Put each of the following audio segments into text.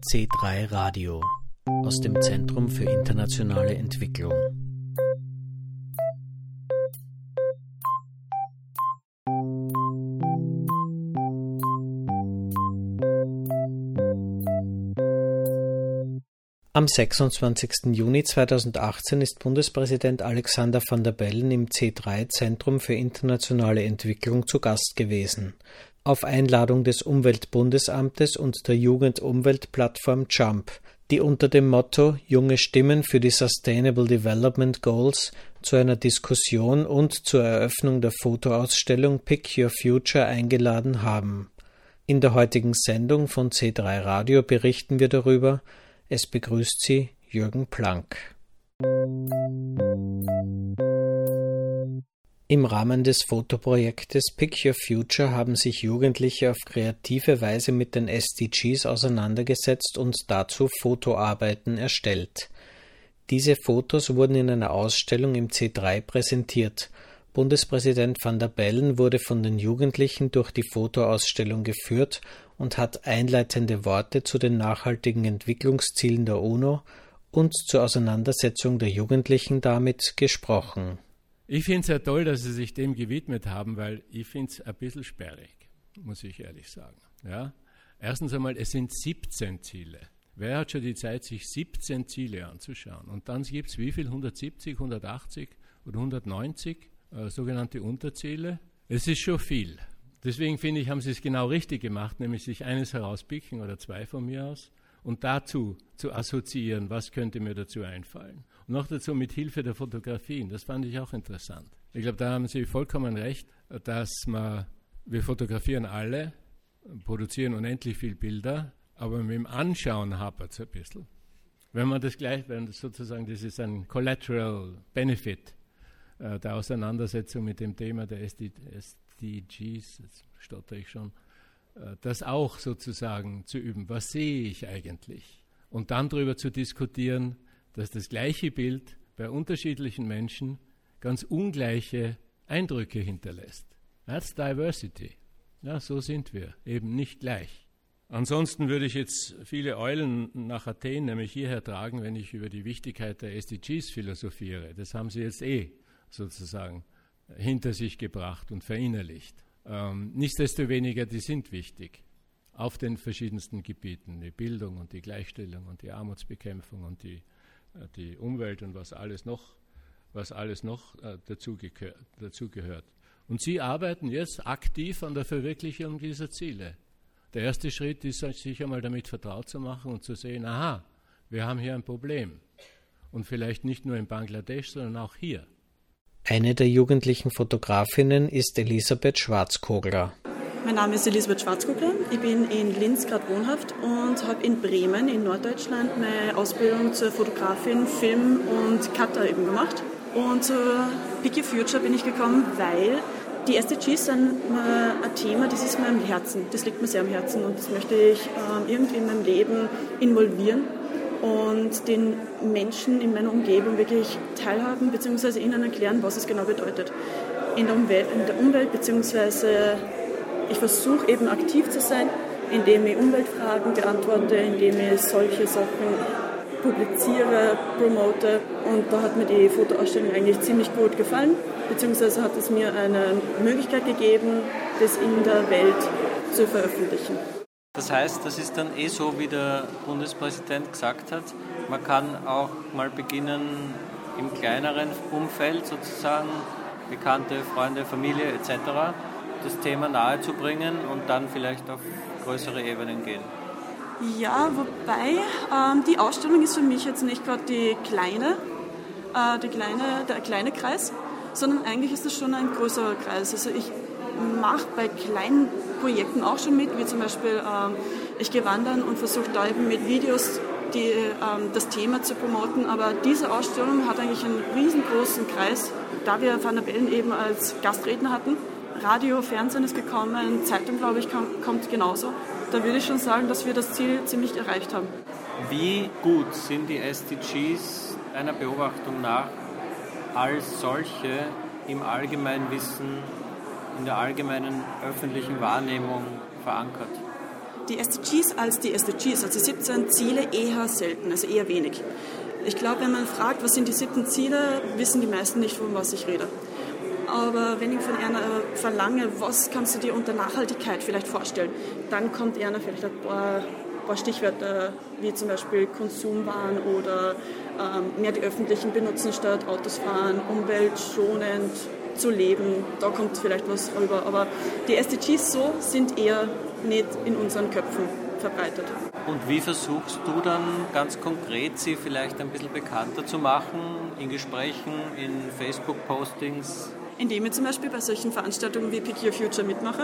C3 Radio aus dem Zentrum für internationale Entwicklung. Am 26. Juni 2018 ist Bundespräsident Alexander Van der Bellen im C3 Zentrum für internationale Entwicklung zu Gast gewesen. Auf Einladung des Umweltbundesamtes und der Jugend-Umwelt-Plattform JUMP, die unter dem Motto Junge Stimmen für die Sustainable Development Goals zu einer Diskussion und zur Eröffnung der Fotoausstellung Pick Your Future eingeladen haben. In der heutigen Sendung von C3 Radio berichten wir darüber. Es begrüßt Sie Jürgen Planck. Im Rahmen des Fotoprojektes Pick Your Future haben sich Jugendliche auf kreative Weise mit den SDGs auseinandergesetzt und dazu Fotoarbeiten erstellt. Diese Fotos wurden in einer Ausstellung im C3 präsentiert. Bundespräsident Van der Bellen wurde von den Jugendlichen durch die Fotoausstellung geführt und hat einleitende Worte zu den nachhaltigen Entwicklungszielen der UNO und zur Auseinandersetzung der Jugendlichen damit gesprochen. Ich finde es ja toll, dass Sie sich dem gewidmet haben, weil ich finde es ein bisschen sperrig, muss ich ehrlich sagen. Ja? Erstens einmal, es sind 17 Ziele. Wer hat schon die Zeit, sich 17 Ziele anzuschauen? Und dann gibt es wie viel? 170, 180 oder 190 sogenannte Unterziele? Es ist schon viel. Deswegen finde ich, haben Sie es genau richtig gemacht, nämlich sich eines herauspicken oder zwei von mir aus und dazu zu assoziieren, was könnte mir dazu einfallen. Und noch dazu mit Hilfe der Fotografien, das fand ich auch interessant. Ich glaube, da haben Sie vollkommen recht, dass wir fotografieren alle, produzieren unendlich viele Bilder, aber mit dem Anschauen hapert es ein bisschen. Wenn das sozusagen, das ist ein Collateral Benefit der Auseinandersetzung mit dem Thema der SDGs, jetzt stotter ich schon, das auch sozusagen zu üben. Was sehe ich eigentlich? Und dann darüber zu diskutieren, dass das gleiche Bild bei unterschiedlichen Menschen ganz ungleiche Eindrücke hinterlässt. That's diversity. Ja, so sind wir, eben nicht gleich. Ansonsten würde ich jetzt viele Eulen nach Athen, nämlich hierher tragen, wenn ich über die Wichtigkeit der SDGs philosophiere. Das haben Sie jetzt sozusagen hinter sich gebracht und verinnerlicht. Nichtsdestoweniger, die sind wichtig auf den verschiedensten Gebieten, die Bildung und die Gleichstellung und die Armutsbekämpfung und die Umwelt und was alles noch dazu gehört. Und Sie arbeiten jetzt aktiv an der Verwirklichung dieser Ziele. Der erste Schritt ist, sich einmal damit vertraut zu machen und zu sehen, aha, wir haben hier ein Problem. Und vielleicht nicht nur in Bangladesch, sondern auch hier. Eine der jugendlichen Fotografinnen ist Elisabeth Schwarzkogler. Mein Name ist Elisabeth Schwarzkogler. Ich bin in Linz gerade wohnhaft und habe in Bremen in Norddeutschland meine Ausbildung zur Fotografin, Film und Cutter eben gemacht. Und zur Pick Your Future bin ich gekommen, weil die SDGs sind ein Thema, das ist mir am Herzen. Das liegt mir sehr am Herzen und das möchte ich irgendwie in meinem Leben involvieren und den Menschen in meiner Umgebung wirklich teilhaben bzw. ihnen erklären, was es genau bedeutet. In der Umwelt bzw. ich versuche eben aktiv zu sein, indem ich Umweltfragen beantworte, indem ich solche Sachen publiziere, promote. Und da hat mir die Fotoausstellung eigentlich ziemlich gut gefallen, beziehungsweise hat es mir eine Möglichkeit gegeben, das in der Welt zu veröffentlichen. Das heißt, das ist dann so, wie der Bundespräsident gesagt hat, man kann auch mal beginnen, im kleineren Umfeld sozusagen, Bekannte, Freunde, Familie etc., das Thema nahezubringen und dann vielleicht auf größere Ebenen gehen. Ja, wobei die Ausstellung ist für mich jetzt nicht gerade der kleine Kreis, sondern eigentlich ist das schon ein größerer Kreis. Also ich mache bei kleinen Projekten auch schon mit, wie zum Beispiel ich gehe wandern und versuche da eben mit Videos das Thema zu promoten, aber diese Ausstellung hat eigentlich einen riesengroßen Kreis, da wir Van der Bellen eben als Gastredner hatten. Radio, Fernsehen ist gekommen, Zeitung, glaube ich, kommt genauso. Da würde ich schon sagen, dass wir das Ziel ziemlich erreicht haben. Wie gut sind die SDGs einer Beobachtung nach als solche im Allgemeinwissen, in der allgemeinen öffentlichen Wahrnehmung verankert? die SDGs als die SDGs, also die 17 Ziele, eher selten, also eher wenig. Ich glaube, wenn man fragt, was sind die 17 Ziele, wissen die meisten nicht, von was ich rede. Aber wenn ich von einer verlange, was kannst du dir unter Nachhaltigkeit vielleicht vorstellen, dann kommt einer vielleicht ein paar Stichwörter, wie zum Beispiel Konsumwahn oder mehr die Öffentlichen benutzen statt Autos fahren, umweltschonend zu leben. Da kommt vielleicht was rüber. Aber die SDGs so sind eher nicht in unseren Köpfen verbreitet. Und wie versuchst du dann ganz konkret, sie vielleicht ein bisschen bekannter zu machen, in Gesprächen, in Facebook-Postings? Indem ich zum Beispiel bei solchen Veranstaltungen wie Pick Your Future mitmache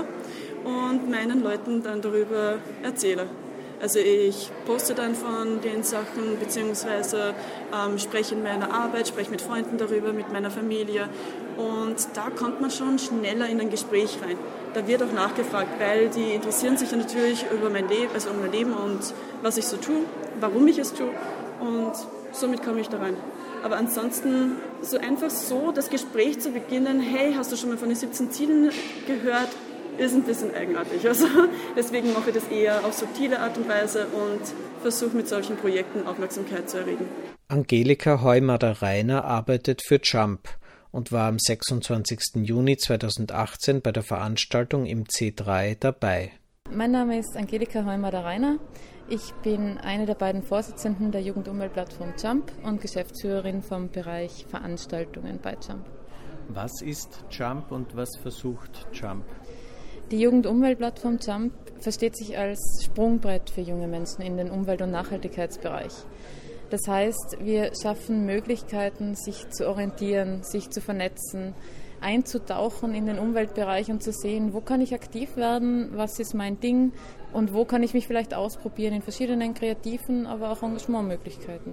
und meinen Leuten dann darüber erzähle. Also ich poste dann von den Sachen, beziehungsweise spreche in meiner Arbeit, spreche mit Freunden darüber, mit meiner Familie. Und da kommt man schon schneller in ein Gespräch rein. Da wird auch nachgefragt, weil die interessieren sich ja natürlich über mein Leben, also um mein Leben und was ich so tue, warum ich es tue. Und somit komme ich da rein. Aber ansonsten so einfach so das Gespräch zu beginnen, hey, hast du schon mal von den 17 Zielen gehört, ist ein bisschen eigenartig. Also deswegen mache ich das eher auf subtile Art und Weise und versuche mit solchen Projekten Aufmerksamkeit zu erregen. Angelika Heumader-Reiner arbeitet für JUMP und war am 26. Juni 2018 bei der Veranstaltung im C3 dabei. Mein Name ist Angelika Heumader-Reiner. Ich bin eine der beiden Vorsitzenden der Jugend-Umwelt-Plattform JUMP und Geschäftsführerin vom Bereich Veranstaltungen bei JUMP. Was ist JUMP und was versucht JUMP? Die Jugend-Umwelt-Plattform JUMP versteht sich als Sprungbrett für junge Menschen in den Umwelt- und Nachhaltigkeitsbereich. Das heißt, wir schaffen Möglichkeiten, sich zu orientieren, sich zu vernetzen, einzutauchen in den Umweltbereich und zu sehen, wo kann ich aktiv werden, was ist mein Ding und wo kann ich mich vielleicht ausprobieren in verschiedenen kreativen, aber auch Engagementmöglichkeiten.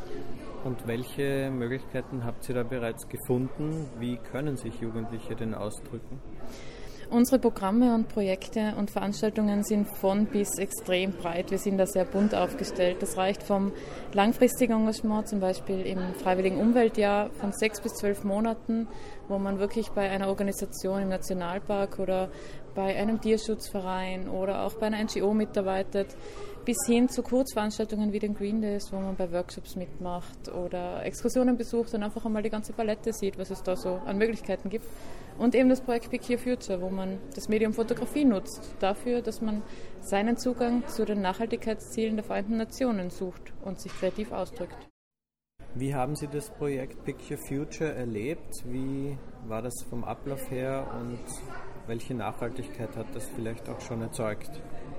Und welche Möglichkeiten habt ihr da bereits gefunden? Wie können sich Jugendliche denn ausdrücken? Unsere Programme und Projekte und Veranstaltungen sind von bis extrem breit. Wir sind da sehr bunt aufgestellt. Das reicht vom langfristigen Engagement, zum Beispiel im Freiwilligen Umweltjahr von 6 bis 12 Monaten, wo man wirklich bei einer Organisation im Nationalpark oder bei einem Tierschutzverein oder auch bei einer NGO mitarbeitet, bis hin zu Kurzveranstaltungen wie den Green Days, wo man bei Workshops mitmacht oder Exkursionen besucht und einfach einmal die ganze Palette sieht, was es da so an Möglichkeiten gibt. Und eben das Projekt Pick Your Future, wo man das Medium Fotografie nutzt, dafür, dass man seinen Zugang zu den Nachhaltigkeitszielen der Vereinten Nationen sucht und sich kreativ ausdrückt. Wie haben Sie das Projekt Pick Your Future erlebt? Wie war das vom Ablauf her und welche Nachhaltigkeit hat das vielleicht auch schon erzeugt?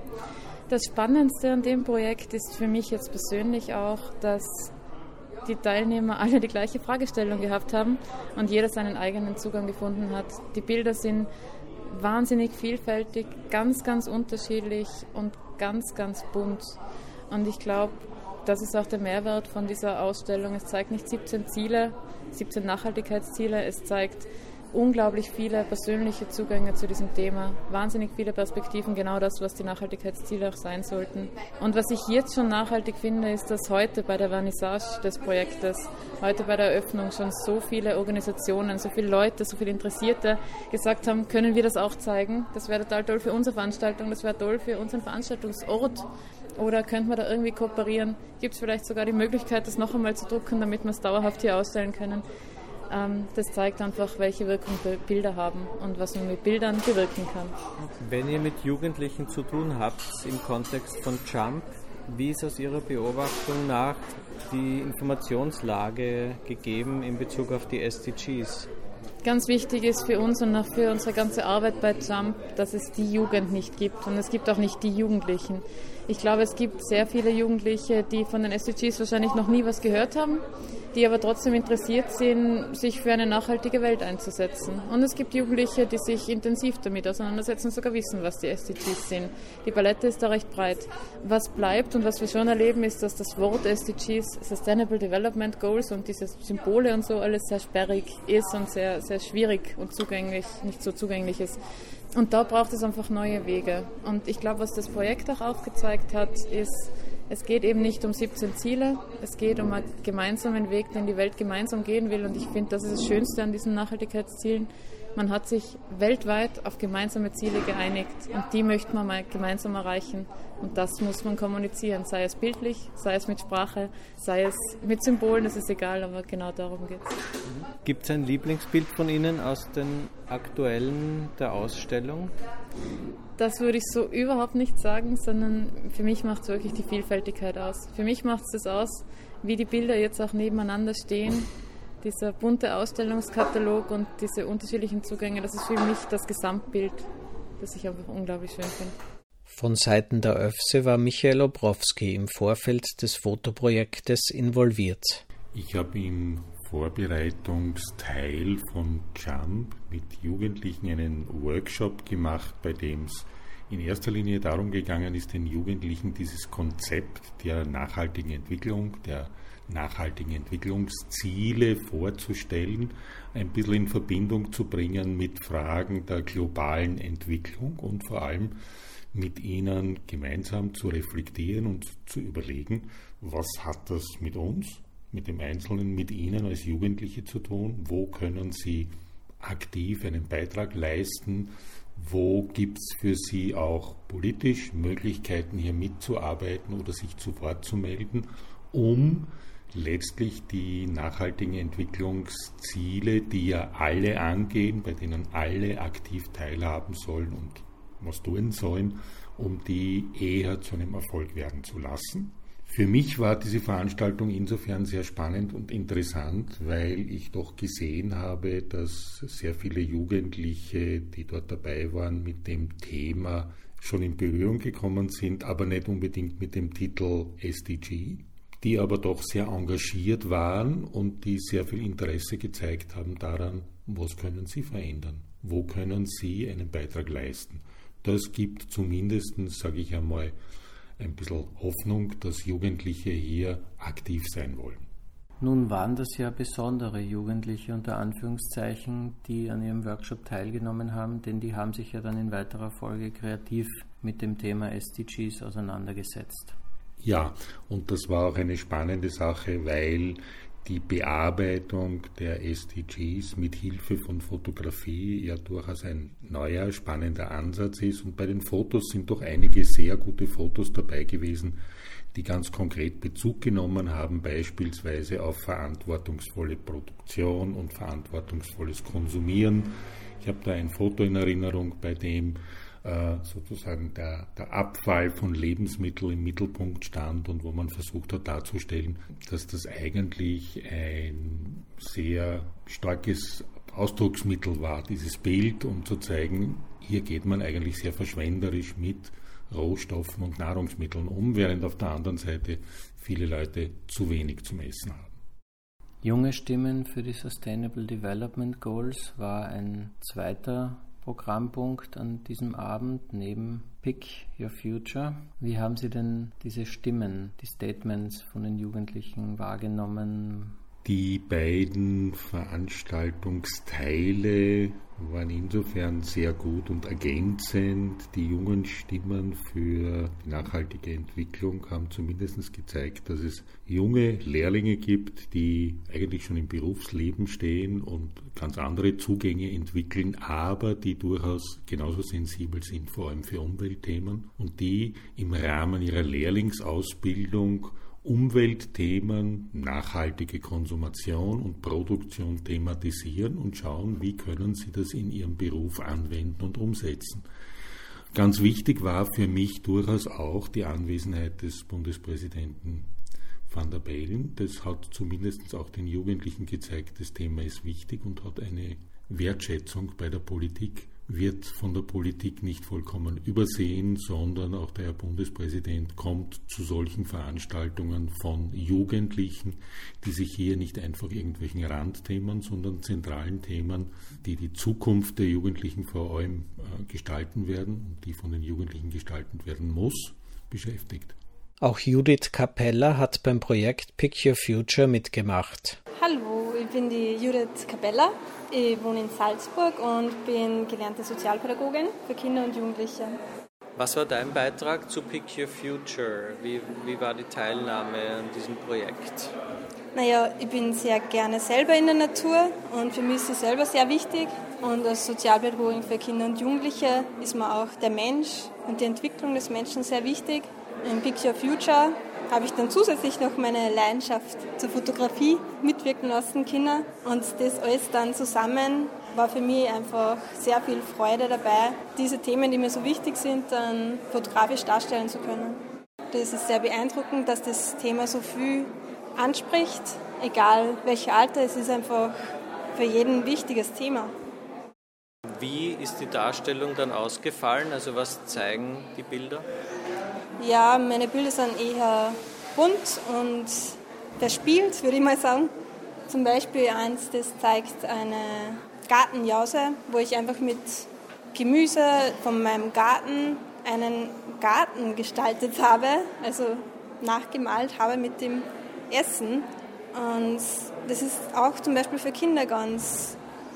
Das Spannendste an dem Projekt ist für mich jetzt persönlich auch, dass die Teilnehmer alle die gleiche Fragestellung gehabt haben und jeder seinen eigenen Zugang gefunden hat. Die Bilder sind wahnsinnig vielfältig, ganz, ganz unterschiedlich und ganz, ganz bunt. Und ich glaube, das ist auch der Mehrwert von dieser Ausstellung. Es zeigt nicht 17 Ziele, 17 Nachhaltigkeitsziele, es zeigt unglaublich viele persönliche Zugänge zu diesem Thema, wahnsinnig viele Perspektiven, genau das, was die Nachhaltigkeitsziele auch sein sollten. Und was ich jetzt schon nachhaltig finde, ist, dass heute bei der Vernissage des Projektes, heute bei der Eröffnung schon so viele Organisationen, so viele Leute, so viele Interessierte gesagt haben, können wir das auch zeigen? Das wäre total toll für unsere Veranstaltung, das wäre toll für unseren Veranstaltungsort. Oder könnten wir da irgendwie kooperieren? Gibt es vielleicht sogar die Möglichkeit, das noch einmal zu drucken, damit wir es dauerhaft hier ausstellen können? Das zeigt einfach, welche Wirkung Bilder haben und was man mit Bildern bewirken kann. Wenn ihr mit Jugendlichen zu tun habt im Kontext von JUMP, wie ist aus Ihrer Beobachtung nach die Informationslage gegeben in Bezug auf die SDGs? Ganz wichtig ist für uns und auch für unsere ganze Arbeit bei JUMP, dass es die Jugend nicht gibt und es gibt auch nicht die Jugendlichen. Ich glaube, es gibt sehr viele Jugendliche, die von den SDGs wahrscheinlich noch nie was gehört haben, die aber trotzdem interessiert sind, sich für eine nachhaltige Welt einzusetzen. Und es gibt Jugendliche, die sich intensiv damit auseinandersetzen und sogar wissen, was die SDGs sind. Die Palette ist da recht breit. Was bleibt und was wir schon erleben, ist, dass das Wort SDGs, Sustainable Development Goals und diese Symbole und so alles sehr sperrig ist und sehr, sehr schwierig und zugänglich, nicht so zugänglich ist. Und da braucht es einfach neue Wege. Und ich glaube, was das Projekt auch aufgezeigt hat, ist, es geht eben nicht um 17 Ziele, es geht um einen gemeinsamen Weg, den die Welt gemeinsam gehen will. Und ich finde, das ist das Schönste an diesen Nachhaltigkeitszielen, man hat sich weltweit auf gemeinsame Ziele geeinigt und die möchte man mal gemeinsam erreichen. Und das muss man kommunizieren, sei es bildlich, sei es mit Sprache, sei es mit Symbolen, das ist egal, aber genau darum geht es. Gibt es ein Lieblingsbild von Ihnen aus den aktuellen der Ausstellung? Das würde ich so überhaupt nicht sagen, sondern für mich macht es wirklich die Vielfältigkeit aus. Für mich macht es das aus, wie die Bilder jetzt auch nebeneinander stehen, dieser bunte Ausstellungskatalog und diese unterschiedlichen Zugänge, das ist für mich das Gesamtbild, das ich einfach unglaublich schön finde. Von Seiten der ÖFSE war Michael Obrowski im Vorfeld des Fotoprojektes involviert. Ich habe im Vorbereitungsteil von JUMP mit Jugendlichen einen Workshop gemacht, bei dem es in erster Linie darum gegangen ist, den Jugendlichen dieses Konzept der nachhaltigen Entwicklung, der nachhaltigen Entwicklungsziele vorzustellen, ein bisschen in Verbindung zu bringen mit Fragen der globalen Entwicklung und vor allem mit ihnen gemeinsam zu reflektieren und zu überlegen, was hat das mit uns, mit dem Einzelnen, mit Ihnen als Jugendliche zu tun, wo können Sie aktiv einen Beitrag leisten, wo gibt es für Sie auch politisch Möglichkeiten, hier mitzuarbeiten oder sich zu Wort zu melden, um letztlich die nachhaltigen Entwicklungsziele, die ja alle angehen, bei denen alle aktiv teilhaben sollen und was tun sollen, um die eher zu einem Erfolg werden zu lassen. Für mich war diese Veranstaltung insofern sehr spannend und interessant, weil ich doch gesehen habe, dass sehr viele Jugendliche, die dort dabei waren, mit dem Thema schon in Berührung gekommen sind, aber nicht unbedingt mit dem Titel SDG, die aber doch sehr engagiert waren und die sehr viel Interesse gezeigt haben daran, was können sie verändern, wo können sie einen Beitrag leisten. Das gibt zumindest, sage ich einmal, ein bisschen Hoffnung, dass Jugendliche hier aktiv sein wollen. Nun waren das ja besondere Jugendliche unter Anführungszeichen, die an Ihrem Workshop teilgenommen haben, denn die haben sich ja dann in weiterer Folge kreativ mit dem Thema SDGs auseinandergesetzt. Ja, und das war auch eine spannende Sache, weil die Bearbeitung der SDGs mit Hilfe von Fotografie ja durchaus ein neuer, spannender Ansatz ist. Und bei den Fotos sind doch einige sehr gute Fotos dabei gewesen, die ganz konkret Bezug genommen haben, beispielsweise auf verantwortungsvolle Produktion und verantwortungsvolles Konsumieren. Ich habe da ein Foto in Erinnerung, bei dem sozusagen der Abfall von Lebensmitteln im Mittelpunkt stand und wo man versucht hat darzustellen, dass das eigentlich ein sehr starkes Ausdrucksmittel war, dieses Bild, um zu zeigen, hier geht man eigentlich sehr verschwenderisch mit Rohstoffen und Nahrungsmitteln um, während auf der anderen Seite viele Leute zu wenig zum Essen haben. Junge Stimmen für die Sustainable Development Goals war ein zweiter Programmpunkt an diesem Abend neben Pick Your Future. Wie haben Sie denn diese Stimmen, die Statements von den Jugendlichen wahrgenommen? Die beiden Veranstaltungsteile waren insofern sehr gut und ergänzend. Die jungen Stimmen für die nachhaltige Entwicklung haben zumindest gezeigt, dass es junge Lehrlinge gibt, die eigentlich schon im Berufsleben stehen und ganz andere Zugänge entwickeln, aber die durchaus genauso sensibel sind, vor allem für Umweltthemen, und die im Rahmen ihrer Lehrlingsausbildung Umweltthemen, nachhaltige Konsumation und Produktion thematisieren und schauen, wie können sie das in ihrem Beruf anwenden und umsetzen. Ganz wichtig war für mich durchaus auch die Anwesenheit des Bundespräsidenten Van der Bellen. Das hat zumindest auch den Jugendlichen gezeigt, das Thema ist wichtig und hat eine Wertschätzung bei der Politik, wird von der Politik nicht vollkommen übersehen, sondern auch der Herr Bundespräsident kommt zu solchen Veranstaltungen von Jugendlichen, die sich hier nicht einfach irgendwelchen Randthemen, sondern zentralen Themen, die die Zukunft der Jugendlichen vor allem gestalten werden und die von den Jugendlichen gestaltet werden muss, beschäftigt. Auch Judith Capella hat beim Projekt Pick Your Future mitgemacht. Hallo, ich bin die Judith Capella. Ich wohne in Salzburg und bin gelernte Sozialpädagogin für Kinder und Jugendliche. Was war dein Beitrag zu Pick Your Future? Wie war die Teilnahme an diesem Projekt? Naja, ich bin sehr gerne selber in der Natur und für mich ist sie selber sehr wichtig. Und als Sozialpädagogin für Kinder und Jugendliche ist mir auch der Mensch und die Entwicklung des Menschen sehr wichtig. In Pick Your Future habe ich dann zusätzlich noch meine Leidenschaft zur Fotografie mitwirken lassen können. Und das alles dann zusammen war für mich einfach sehr viel Freude dabei, diese Themen, die mir so wichtig sind, dann fotografisch darstellen zu können. Das ist sehr beeindruckend, dass das Thema so viel anspricht, egal welches Alter, es ist einfach für jeden ein wichtiges Thema. Wie ist die Darstellung dann ausgefallen? Also was zeigen die Bilder? Ja, meine Bilder sind eher bunt und verspielt, würde ich mal sagen. Zum Beispiel eins, das zeigt eine Gartenjause, wo ich einfach mit Gemüse von meinem Garten einen Garten gestaltet habe, also nachgemalt habe mit dem Essen. Und das ist auch zum Beispiel für Kinder ganz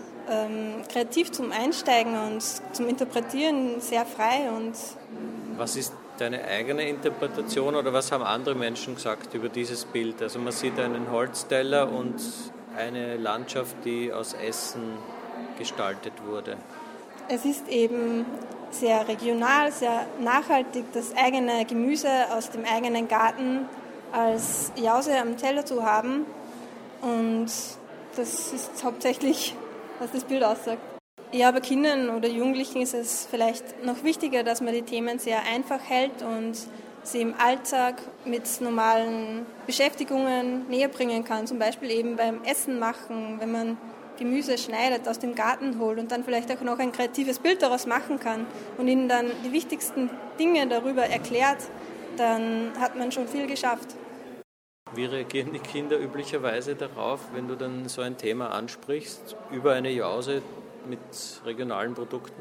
kreativ zum Einsteigen und zum Interpretieren sehr frei. Und was ist deine eigene Interpretation oder was haben andere Menschen gesagt über dieses Bild? Also man sieht einen Holzteller und eine Landschaft, die aus Essen gestaltet wurde. Es ist eben sehr regional, sehr nachhaltig, das eigene Gemüse aus dem eigenen Garten als Jause am Teller zu haben. Und das ist hauptsächlich, was das Bild aussagt. Ja, bei Kindern oder Jugendlichen ist es vielleicht noch wichtiger, dass man die Themen sehr einfach hält und sie im Alltag mit normalen Beschäftigungen näher bringen kann. Zum Beispiel eben beim Essen machen, wenn man Gemüse schneidet, aus dem Garten holt und dann vielleicht auch noch ein kreatives Bild daraus machen kann und ihnen dann die wichtigsten Dinge darüber erklärt, dann hat man schon viel geschafft. Wie reagieren die Kinder üblicherweise darauf, wenn du dann so ein Thema ansprichst, über eine Jause mit regionalen Produkten?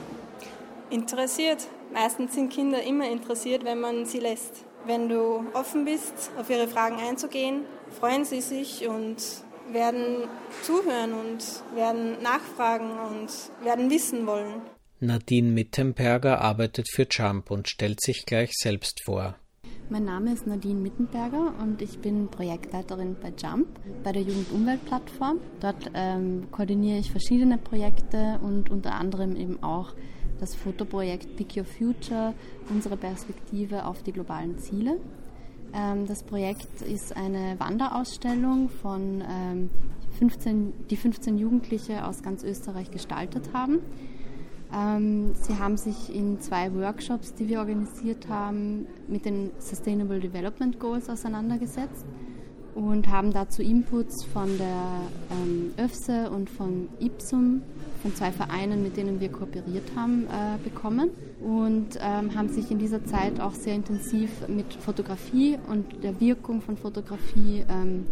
Interessiert. Meistens sind Kinder immer interessiert, wenn man sie lässt. Wenn du offen bist, auf ihre Fragen einzugehen, freuen sie sich und werden zuhören und werden nachfragen und werden wissen wollen. Nadine Mittenberger arbeitet für Jump und stellt sich gleich selbst vor. Mein Name ist Nadine Mittenberger und ich bin Projektleiterin bei Jump, bei der Jugend-Umwelt-Plattform. Dort koordiniere ich verschiedene Projekte und unter anderem eben auch das Fotoprojekt Pick Your Future, unsere Perspektive auf die globalen Ziele. Das Projekt ist eine Wanderausstellung von 15 Jugendliche aus ganz Österreich gestaltet haben. Sie haben sich in 2 Workshops, die wir organisiert haben, mit den Sustainable Development Goals auseinandergesetzt und haben dazu Inputs von der ÖFSE und von IPSUM, von 2 Vereinen, mit denen wir kooperiert haben, bekommen und haben sich in dieser Zeit auch sehr intensiv mit Fotografie und der Wirkung von Fotografie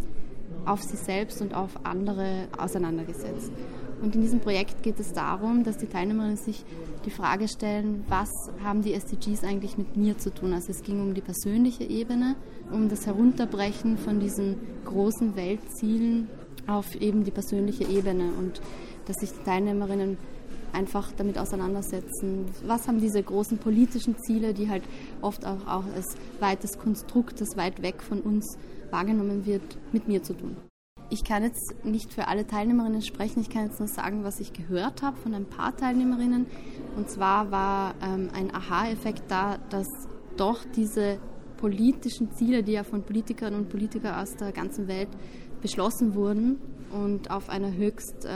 auf sich selbst und auf andere auseinandergesetzt. Und in diesem Projekt geht es darum, dass die Teilnehmerinnen sich die Frage stellen, was haben die SDGs eigentlich mit mir zu tun? Also es ging um die persönliche Ebene, um das Herunterbrechen von diesen großen Weltzielen auf eben die persönliche Ebene und dass sich die Teilnehmerinnen einfach damit auseinandersetzen, was haben diese großen politischen Ziele, die halt oft auch als weites Konstrukt, das weit weg von uns wahrgenommen wird, mit mir zu tun. Ich kann jetzt nicht für alle Teilnehmerinnen sprechen, ich kann jetzt nur sagen, was ich gehört habe von ein paar Teilnehmerinnen. Und zwar war ein Aha-Effekt da, dass doch diese politischen Ziele, die ja von Politikern und Politikern aus der ganzen Welt beschlossen wurden und auf einer höchst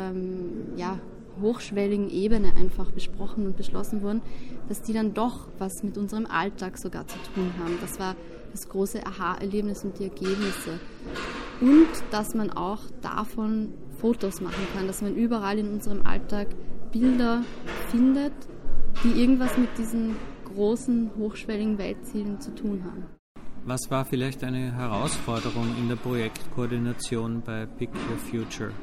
hochschwelligen Ebene einfach besprochen und beschlossen wurden, dass die dann doch was mit unserem Alltag sogar zu tun haben. Das war das große Aha-Erlebnis und die Ergebnisse. Und dass man auch davon Fotos machen kann, dass man überall in unserem Alltag Bilder findet, die irgendwas mit diesen großen, hochschwelligen Weltzielen zu tun haben. Was war vielleicht eine Herausforderung in der Projektkoordination bei Pick Your Future?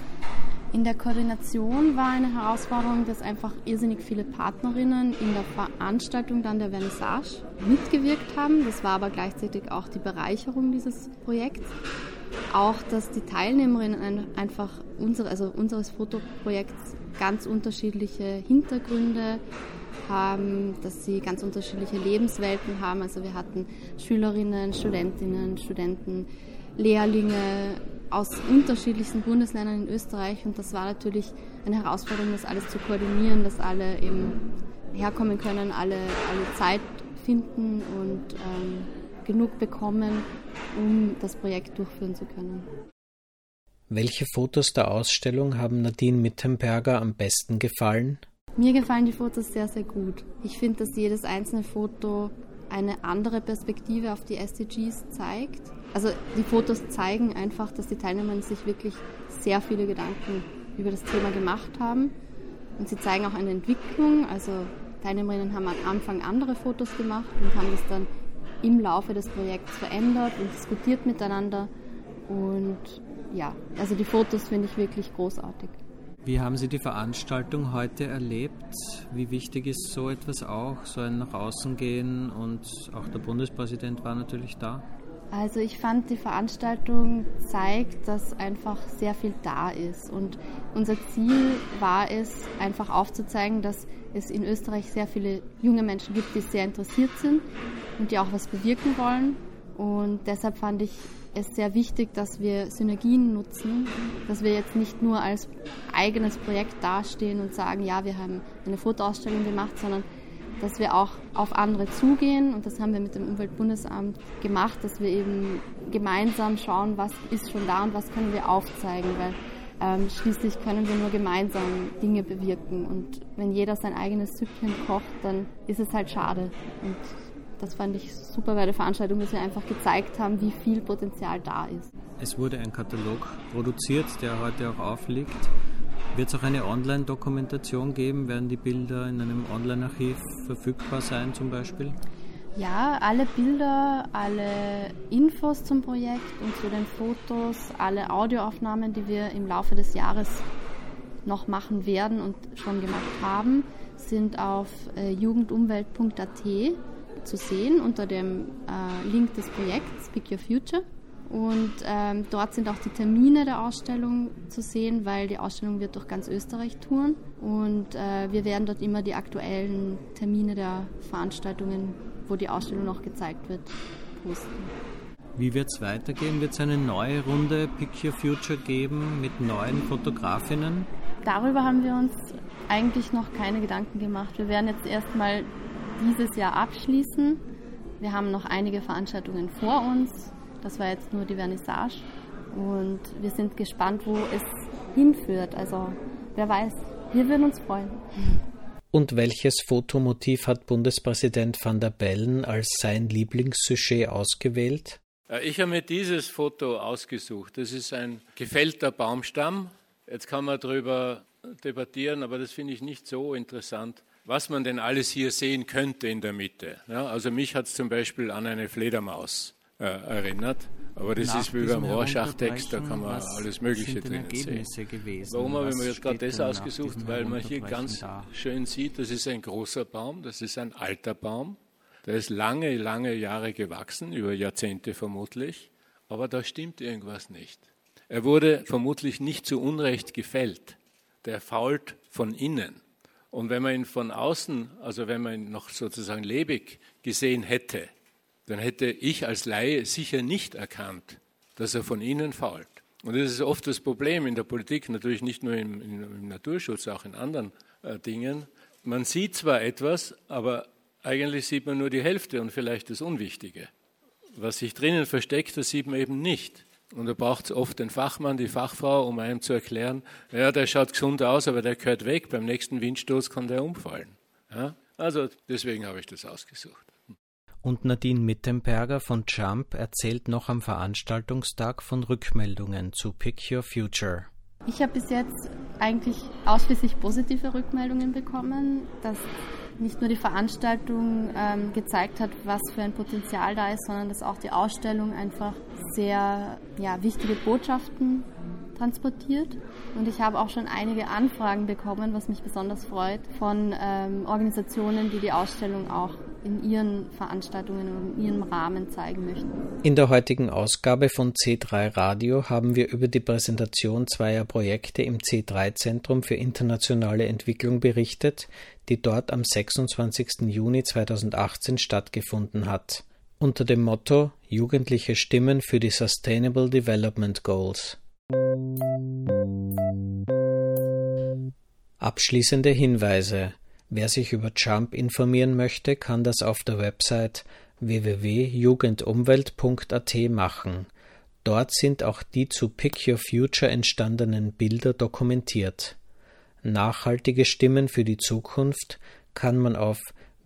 In der Koordination war eine Herausforderung, dass einfach irrsinnig viele Partnerinnen in der Veranstaltung dann der Vernissage mitgewirkt haben. Das war aber gleichzeitig auch die Bereicherung dieses Projekts. Auch, dass die Teilnehmerinnen einfach unseres Fotoprojekts ganz unterschiedliche Hintergründe haben, dass sie ganz unterschiedliche Lebenswelten haben. Also wir hatten Schülerinnen, Studentinnen, Studenten, Lehrlinge, aus unterschiedlichsten Bundesländern in Österreich und das war natürlich eine Herausforderung, das alles zu koordinieren, dass alle eben herkommen können, alle Zeit finden und genug bekommen, um das Projekt durchführen zu können. Welche Fotos der Ausstellung haben Nadine Mittenberger am besten gefallen? Mir gefallen die Fotos sehr, sehr gut. Ich finde, dass jedes einzelne Foto eine andere Perspektive auf die SDGs zeigt. Also die Fotos zeigen einfach, dass die Teilnehmer sich wirklich sehr viele Gedanken über das Thema gemacht haben. Und sie zeigen auch eine Entwicklung. Also Teilnehmerinnen haben am Anfang andere Fotos gemacht und haben das dann im Laufe des Projekts verändert und diskutiert miteinander. Und ja, also die Fotos finde ich wirklich großartig. Wie haben Sie die Veranstaltung heute erlebt? Wie wichtig ist so etwas auch, so ein nach außen gehen, und auch der Bundespräsident war natürlich da? Also ich fand, die Veranstaltung zeigt, dass einfach sehr viel da ist und unser Ziel war es, einfach aufzuzeigen, dass es in Österreich sehr viele junge Menschen gibt, die sehr interessiert sind und die auch was bewirken wollen, und deshalb fand ich es sehr wichtig, dass wir Synergien nutzen, dass wir jetzt nicht nur als eigenes Projekt dastehen und sagen, ja, wir haben eine Fotoausstellung gemacht, sondern dass wir auch auf andere zugehen, und das haben wir mit dem Umweltbundesamt gemacht, dass wir eben gemeinsam schauen, was ist schon da und was können wir aufzeigen, weil schließlich können wir nur gemeinsam Dinge bewirken, und wenn jeder sein eigenes Süppchen kocht, dann ist es halt schade. Und das fand ich super bei der Veranstaltung, dass wir einfach gezeigt haben, wie viel Potenzial da ist. Es wurde ein Katalog produziert, der heute auch aufliegt. Wird es auch eine Online-Dokumentation geben? Werden die Bilder in einem Online-Archiv verfügbar sein zum Beispiel? Ja, alle Bilder, alle Infos zum Projekt und zu den Fotos, alle Audioaufnahmen, die wir im Laufe des Jahres noch machen werden und schon gemacht haben, sind auf jugendumwelt.at zu sehen unter dem Link des Projekts Pick Your Future. Und dort sind auch die Termine der Ausstellung zu sehen, weil die Ausstellung wird durch ganz Österreich touren. Und wir werden dort immer die aktuellen Termine der Veranstaltungen, wo die Ausstellung noch gezeigt wird, posten. Wie wird es weitergehen? Wird es eine neue Runde Pick Your Future geben mit neuen Fotografinnen? Darüber haben wir uns eigentlich noch keine Gedanken gemacht. Wir werden jetzt erstmal dieses Jahr abschließen. Wir haben noch einige Veranstaltungen vor uns. Das war jetzt nur die Vernissage. Und wir sind gespannt, wo es hinführt. Also wer weiß, wir würden uns freuen. Und welches Fotomotiv hat Bundespräsident Van der Bellen als sein Lieblingssujet ausgewählt? Ich habe mir dieses Foto ausgesucht. Das ist ein gefällter Baumstamm. Jetzt kann man darüber debattieren, aber das finde ich nicht so interessant, was man denn alles hier sehen könnte in der Mitte. Ja, also mich hat es zum Beispiel an eine Fledermaus erinnert, aber das ist wie beim Rorschach-Text, da kann man alles Mögliche drinnen sehen. Warum habe ich mir jetzt gerade das ausgesucht? Weil man hier ganz schön sieht, das ist ein großer Baum, das ist ein alter Baum, der ist lange, lange Jahre gewachsen, über Jahrzehnte vermutlich, aber da stimmt irgendwas nicht. Er wurde vermutlich nicht zu Unrecht gefällt. Der fault von innen. Und wenn man ihn von außen, also wenn man ihn noch sozusagen lebendig gesehen hätte, dann hätte ich als Laie sicher nicht erkannt, dass er von innen fault. Und das ist oft das Problem in der Politik, natürlich nicht nur im Naturschutz, auch in anderen Dingen. Man sieht zwar etwas, aber eigentlich sieht man nur die Hälfte und vielleicht das Unwichtige. Was sich drinnen versteckt, das sieht man eben nicht. Und da braucht es oft den Fachmann, die Fachfrau, um einem zu erklären, ja, der schaut gesund aus, aber der gehört weg, beim nächsten Windstoß kann der umfallen. Ja? Also deswegen habe ich das ausgesucht. Und Nadine Mittenberger von JUMP erzählt noch am Veranstaltungstag von Rückmeldungen zu Pick Your Future. Ich habe bis jetzt eigentlich ausschließlich positive Rückmeldungen bekommen, dass nicht nur die Veranstaltung gezeigt hat, was für ein Potenzial da ist, sondern dass auch die Ausstellung einfach sehr wichtige Botschaften transportiert. Und ich habe auch schon einige Anfragen bekommen, was mich besonders freut, von Organisationen, die die Ausstellung auch in ihren Veranstaltungen und in ihrem Rahmen zeigen möchten. In der heutigen Ausgabe von C3 Radio haben wir über die Präsentation zweier Projekte im C3-Zentrum für internationale Entwicklung berichtet, die dort am 26. Juni 2018 stattgefunden hat. Unter dem Motto Jugendliche Stimmen für die Sustainable Development Goals. Abschließende Hinweise. Wer sich über JUMP informieren möchte, kann das auf der Website www.jugendumwelt.at machen. Dort sind auch die zu Pick Your Future entstandenen Bilder dokumentiert. Nachhaltige Stimmen für die Zukunft kann man auf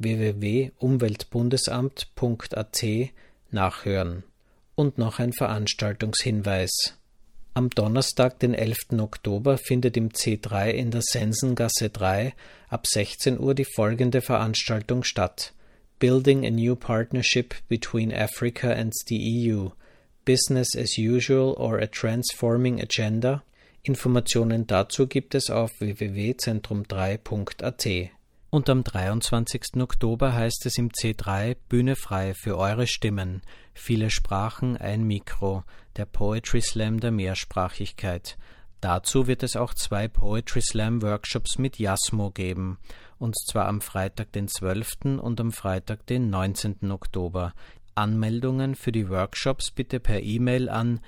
www.umweltbundesamt.at nachhören. Und noch ein Veranstaltungshinweis. Am Donnerstag, den 11. Oktober, findet im C3 in der Sensengasse 3 ab 16 Uhr die folgende Veranstaltung statt: Building a New Partnership Between Africa and the EU. Business as usual or a Transforming Agenda? Informationen dazu gibt es auf www.zentrum3.at. Und am 23. Oktober heißt es im C3 Bühne frei für eure Stimmen. Viele Sprachen, ein Mikro. Der Poetry Slam der Mehrsprachigkeit. Dazu wird es auch 2 Poetry Slam Workshops mit Jasmo geben. Und zwar am Freitag, den 12. und am Freitag, den 19. Oktober. Anmeldungen für die Workshops bitte per E-Mail an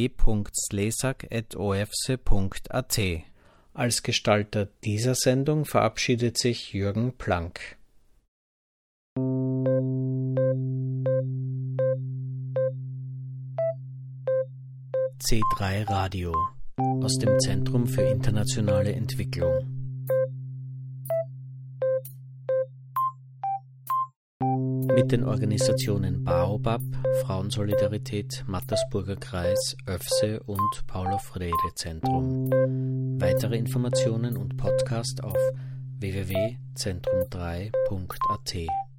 g.slesak@ofse.at. Als Gestalter dieser Sendung verabschiedet sich Jürgen Planck. C3 Radio aus dem Zentrum für internationale Entwicklung. Mit den Organisationen Baobab, Frauensolidarität, Mattersburger Kreis, ÖFSE und Paulo-Freire-Zentrum. Weitere Informationen und Podcast auf www.zentrum3.at.